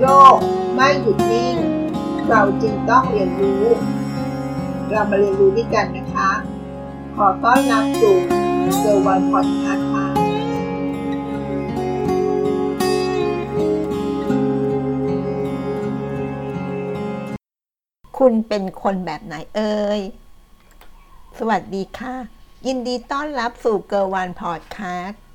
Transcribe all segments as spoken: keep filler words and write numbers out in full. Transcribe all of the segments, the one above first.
กไม่หยุดนิ่งเราจึงต้องเรียนรู้เรามาเรียนรู้ด้วยกันนะคะขอต้อนรับสู่เซอร์วันพอดคาสต์ค่ะคุณเป็นคนแบบไหนเอ่ยสวัสดีค่ะยินดีต้อนรับสู่เกอร์วันพอดคาสต์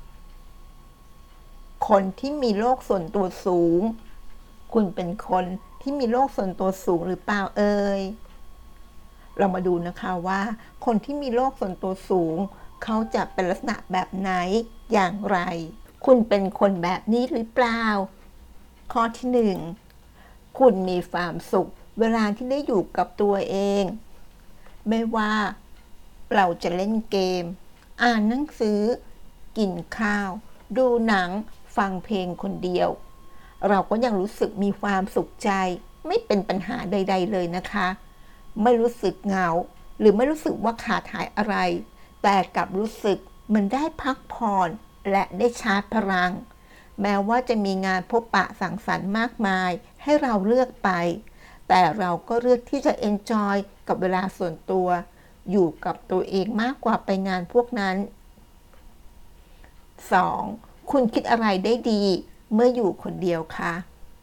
คนที่มีโลกส่วนตัวสูงคุณเป็นคนที่มีโลกส่วนตัวสูงหรือเปล่าเอ่ยเรามาดูนะคะว่าคนที่มีโลกส่วนตัวสูงเขาจะเป็นลักษณะแบบไหนอย่างไรคุณเป็นคนแบบนี้หรือเปล่าข้อที่หนึ่งคุณมีความสุขเวลาที่ได้อยู่กับตัวเองไม่ว่าเราจะเล่นเกมอ่านหนังสือกินข้าวดูหนังฟังเพลงคนเดียวเราก็ยังรู้สึกมีความสุขใจไม่เป็นปัญหาใดๆเลยนะคะไม่รู้สึกเหงาหรือไม่รู้สึกว่าขาดหายอะไรแต่กลับรู้สึกเหมือนได้พักผ่อนและได้ชาร์จพลังแม้ว่าจะมีงานพบปะสังสรรค์มากมายให้เราเลือกไปแต่เราก็เลือกที่จะเอนจอยกับเวลาส่วนตัวอยู่กับตัวเองมากกว่าไปงานพวกนั้น สอง. คุณคิดอะไรได้ดีเมื่ออยู่คนเดียวคะ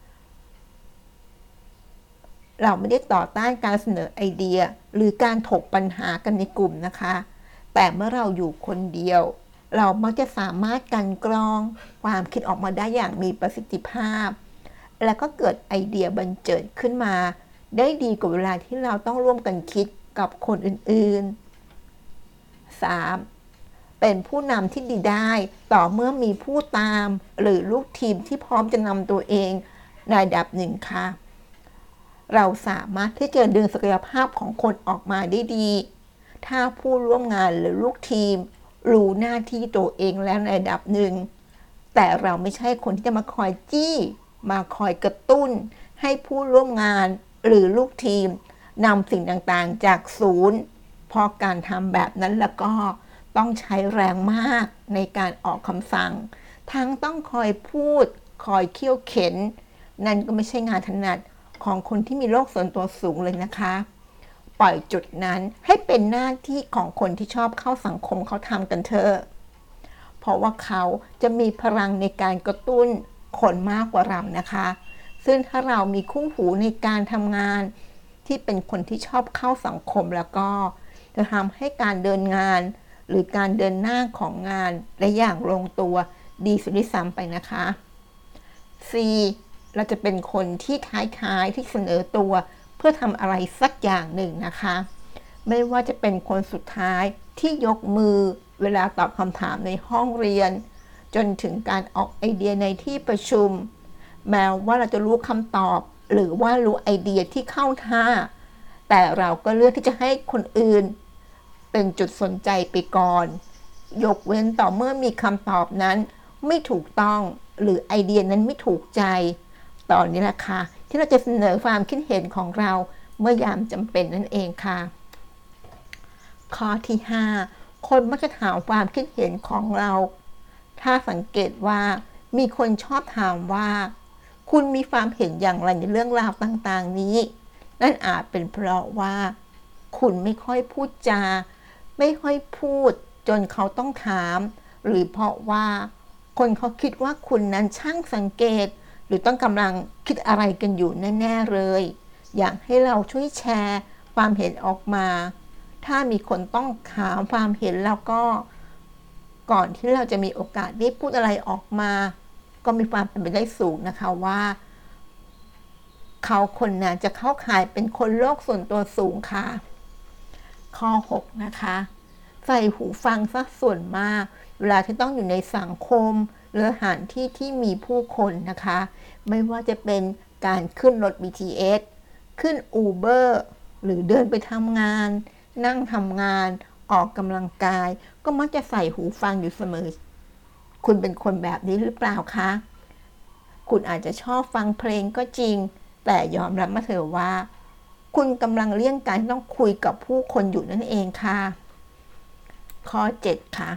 เราไม่ได้ต่อต้านการเสนอไอเดียหรือการถกปัญหากันในกลุ่มนะคะแต่เมื่อเราอยู่คนเดียวเรามักจะสามารถกลั่นกรองความคิดออกมาได้อย่างมีประสิทธิภาพและก็เกิดไอเดียบันเจิดขึ้นมาได้ดีกว่าเวลาที่เราต้องร่วมกันคิดกับคนอื่นๆ สาม. เป็นผู้นำที่ดีได้ต่อเมื่อมีผู้ตามหรือลูกทีมที่พร้อมจะนำตัวเองในระดับหนึ่งค่ะเราสามารถที่จะดึงศักยภาพของคนออกมาได้ดีถ้าผู้ร่วมงานหรือลูกทีมรู้หน้าที่ตัวเองแล้วในระดับหนึ่งแต่เราไม่ใช่คนที่จะมาคอยจี้มาคอยกระตุ้นให้ผู้ร่วมงานหรือลูกทีมนำสิ่งต่างๆจากศูนย์เพราะการทำแบบนั้นแล้วก็ต้องใช้แรงมากในการออกคำสั่งทั้งต้องคอยพูดคอยเคี่ยวเข็นนั่นก็ไม่ใช่งานถนัดของคนที่มีโลกส่วนตัวสูงเลยนะคะปล่อยจุดนั้นให้เป็นหน้าที่ของคนที่ชอบเข้าสังคมเขาทำกันเถอะเพราะว่าเขาจะมีพลังในการกระตุ้นคนมากกว่าเรานะคะซึ่งถ้าเรามีคู่หูในการทำงานที่เป็นคนที่ชอบเข้าสังคมแล้วก็จะทำให้การเดินงานหรือการเดินหน้าของงานได้อย่างลงตัวดีสุดที่ซ้ำไปนะคะ สี่. เราจะเป็นคนที่ท้ายๆที่เสนอตัวเพื่อทำอะไรสักอย่างหนึ่งนะคะไม่ว่าจะเป็นคนสุดท้ายที่ยกมือเวลาตอบคำถามในห้องเรียนจนถึงการออกไอเดียในที่ประชุมแม้ว่าเราจะรู้คำตอบหรือว่ารู้ไอเดียที่เข้าท่าแต่เราก็เลือกที่จะให้คนอื่นเป็นจุดสนใจไปก่อนยกเว้นต่อเมื่อมีคำตอบนั้นไม่ถูกต้องหรือไอเดียนั้นไม่ถูกใจตอนนี้แหละค่ะที่เราจะเสนอความคิดเห็นของเราเมื่อยามจำเป็นนั่นเองค่ะข้อที่ห้าคนมักจะถามความคิดเห็นของเราถ้าสังเกตว่ามีคนชอบถามว่าคุณมีความเห็นอย่างไรในเรื่องราวต่างๆนี้นั่นอาจเป็นเพราะว่าคุณไม่ค่อยพูดจาไม่ค่อยพูดจนเขาต้องถามหรือเพราะว่าคนเขาคิดว่าคุณนั้นช่างสังเกตหรือต้องกำลังคิดอะไรกันอยู่แน่ๆเลยอยากให้เราช่วยแชร์ความเห็นออกมาถ้ามีคนต้องถามความเห็นแล้วก็ก่อนที่เราจะมีโอกาสได้พูดอะไรออกมาก็มีความเป็นไปได้สูงนะคะว่าเขาคนนั้นจะเข้าข่ายเป็นคนโลกส่วนตัวสูงค่ะข้อหกนะคะใส่หูฟังซะส่วนมากเวลาที่ต้องอยู่ในสังคมหรือสถานที่ที่มีผู้คนนะคะไม่ว่าจะเป็นการขึ้นรถ บี ที เอส ขึ้น Uber หรือเดินไปทำงานนั่งทำงานออกกำลังกายก็มักจะใส่หูฟังอยู่เสมอคุณเป็นคนแบบนี้หรือเปล่าคะคุณอาจจะชอบฟังเพลงก็จริงแต่ยอมรับมาเถอะว่าคุณกำลังเลี่ยงการต้องคุยกับผู้คนอยู่นั่นเองค่ะข้อเจ็ดค่ะ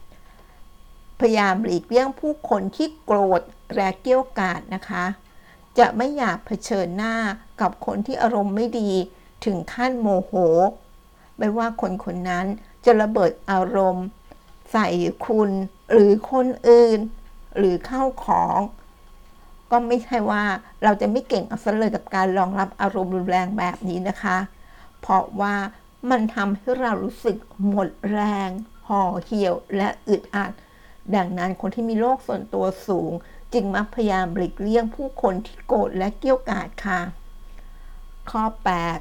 พยายามหลีกเลี่ยงผู้คนที่โกรธและเกรี้ยวกราดนะคะจะไม่อยากเผชิญหน้ากับคนที่อารมณ์ไม่ดีถึงขั้นโมโหไม่ว่าคนคนนั้นจะระเบิดอารมณ์ใส่คุณหรือคนอื่นหรือเข้าของก็ไม่ใช่ว่าเราจะไม่เก่งเอาซะเลยกับการรองรับอารมณ์รุนแรงแบบนี้นะคะเพราะว่ามันทำให้เรารู้สึกหมดแรงห่อเหี่ยวและอึดอัดดังนั้นคนที่มีโรคส่วนตัวสูงจึงมักพยายามหลีกเลี่ยงผู้คนที่โกรธและเกรี้ยวกราดค่ะข้อแปด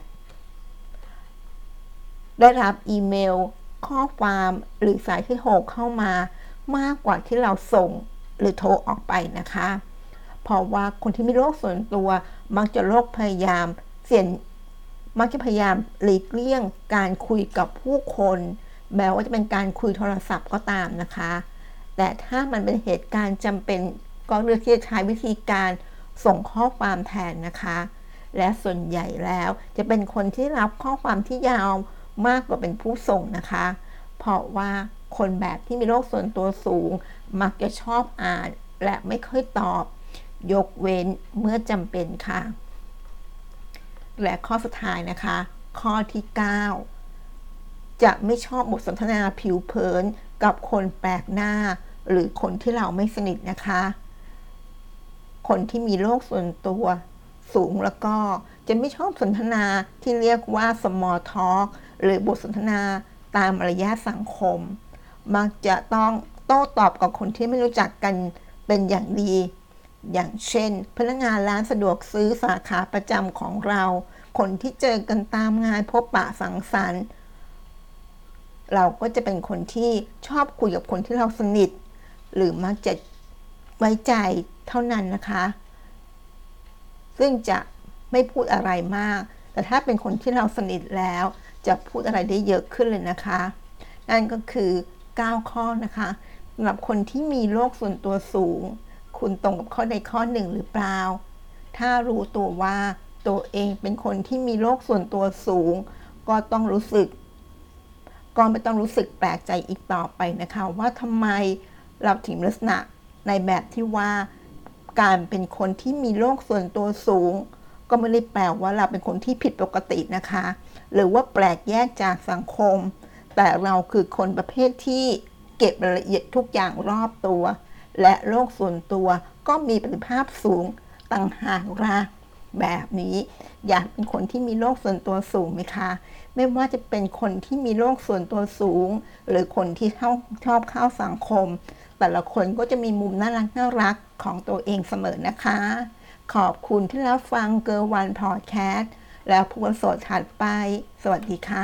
ได้รับอีเมลข้อความหรือสายที่โทรเข้ามามากกว่าที่เราส่งหรือโทรออกไปนะคะเพราะว่าคนที่มีโรคส่วนตัวมักจะโรคพยายามเสี่ยงมักจะพยายามหลีกเลี่ยงการคุยกับผู้คนแม้ว่าจะเป็นการคุยโทรศัพท์ก็ตามนะคะแต่ถ้ามันเป็นเหตุการณ์จำเป็นก็เลือกที่จะใช้วิธีการส่งข้อความแทนนะคะและส่วนใหญ่แล้วจะเป็นคนที่รับข้อความที่ยาวมากกว่าเป็นผู้ส่งนะคะเพราะว่าคนแบบที่มีโรคส่วนตัวสูงมักจะชอบอ่านและไม่ค่อยตอบยกเว้นเมื่อจำเป็นค่ะและข้อสุดท้ายนะคะข้อที่เก้าจะไม่ชอบบทสนทนาผิวเผินกับคนแปลกหน้าหรือคนที่เราไม่สนิทนะคะคนที่มีโรคส่วนตัวสูงแล้วก็จะไม่ชอบสนทนาที่เรียกว่า small talk หรือบทสนทนาตามมารยาทสังคมมักจะต้องโต้ตอบกับคนที่ไม่รู้จักกันเป็นอย่างดีอย่างเช่นพนักงานร้านสะดวกซื้อสาขาประจำของเราคนที่เจอกันตามงานพบปะสังสรรค์เราก็จะเป็นคนที่ชอบคุยกับคนที่เราสนิทหรือมักจะไว้ใจเท่านั้นนะคะซึ่งจะไม่พูดอะไรมากแต่ถ้าเป็นคนที่เราสนิทแล้วจะพูดอะไรได้เยอะขึ้นเลยนะคะนั่นก็คือเก้าข้อนะคะสำหรับคนที่มีโรคส่วนตัวสูงคุณตรงกับข้อใดข้อหนึ่งหรือเปล่าถ้ารู้ตัวว่าตัวเองเป็นคนที่มีโรคส่วนตัวสูงก็ต้องรู้สึกก็ไม่ต้องรู้สึกแปลกใจอีกต่อไปนะคะว่าทำไมเราถึงลักษณะในแบบที่ว่าการเป็นคนที่มีโรคส่วนตัวสูงก็ไม่ได้แปลว่าเราเป็นคนที่ผิดปกตินะคะหรือว่าแปลกแยกจากสังคมแต่เราคือคนประเภทที่เก็บรายละเอียดทุกอย่างรอบตัวและโรคส่วนตัวก็มีประสิทธิภาพสูงต่างหากละแบบนี้อยากเป็นคนที่มีโรคส่วนตัวสูงไหมคะไม่ว่าจะเป็นคนที่มีโรคส่วนตัวสูงหรือคนที่ชอบเข้าสังคมแต่ละคนก็จะมีมุมน่ารักน่ารักของตัวเองเสมอนะคะขอบคุณที่รับฟังเกิร์ลวันพอดแคสต์แล้วพบกันสดถัดไปสวัสดีค่ะ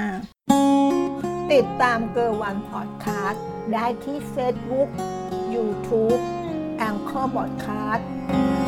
ติดตามเกิร์ลวันพอดแคสต์ได้ที่ Facebook YouTube Anchor Podcast